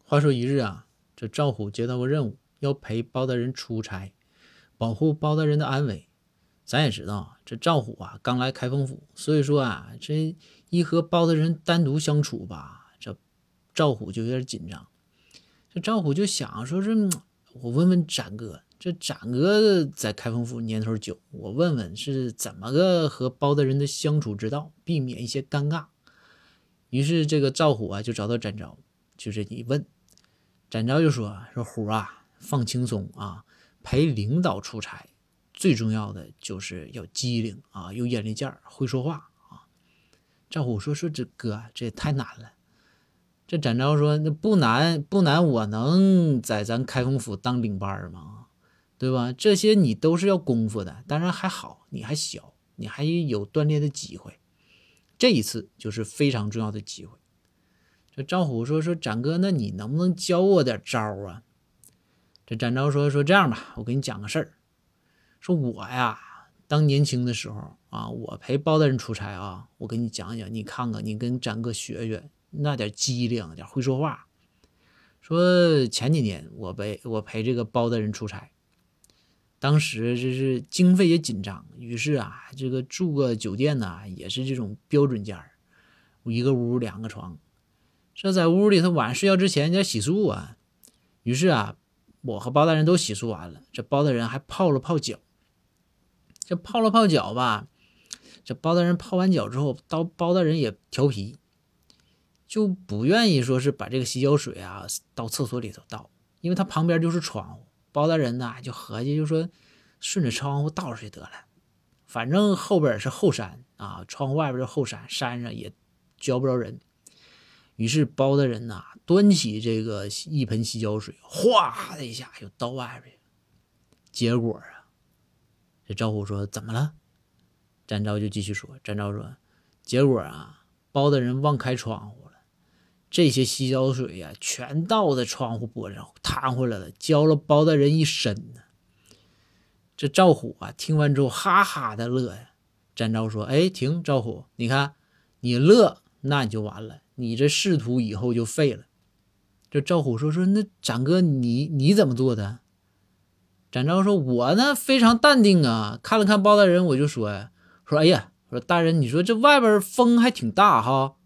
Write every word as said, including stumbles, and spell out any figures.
话说一日啊，这赵虎接到个任务，要陪包大人出差，保护包大人的安危。咱也知道，这赵虎啊刚来开封府，所以说啊，这一和包大人单独相处吧，这赵虎就有点紧张。这赵虎就想说是，我问问展哥，这展哥在开封府年头久，我问问是怎么个和包大人的相处之道，避免一些尴尬。于是这个赵虎啊就找到展昭，就这一问，展昭就说说虎啊，放轻松啊，陪领导出差，最重要的就是要机灵啊，有眼力见儿，会说话啊。赵虎说说这哥这也太难了。这展昭说那不难不难，我能在咱开封府当领班吗？对吧？这些你都是要功夫的，当然还好，你还小，你还有锻炼的机会。这一次就是非常重要的机会。这赵虎说说展哥，那你能不能教我点招啊？这展昭说说这样吧，我给你讲个事儿。说我呀，当年轻的时候啊，我陪包大人出差啊，我给你讲讲，你看看，你跟展哥学学，那点机灵，点会说话。说前几年我陪我陪这个包大人出差，当时这是经费也紧张，于是啊，这个住个酒店呢、啊，也是这种标准间儿，一个屋两个床。这在屋里头晚上睡觉之前要洗漱啊，于是啊，我和包大人都洗漱完了，这包大人还泡了泡脚。这泡了泡脚吧，这包大人泡完脚之后，包包大人也调皮，就不愿意说是把这个洗脚水啊到厕所里头倒，因为他旁边就是窗户。包大人呢就合计就说顺着窗户倒出去得了，反正后边是后山啊，窗户外边是后山，山上也浇不着人。于是包大人呐端起这个一盆洗脚水，哗的一下就倒外边去了。结果啊，这赵虎说怎么了？展昭就继续说，展昭说结果啊，包大人忘开窗户了，这些洗脚水呀、啊、全倒在窗户玻璃上弹回来了，浇了包大人一身呢。这赵虎啊听完之后哈哈的乐呀。展昭说哎停，赵虎，你看你乐那你就完了，你这仕途以后就废了。这赵虎说说那展哥你你怎么做的？展昭说我呢非常淡定啊，看了看包大人我就说呀，说哎呀，说大人你说这外边风还挺大哈，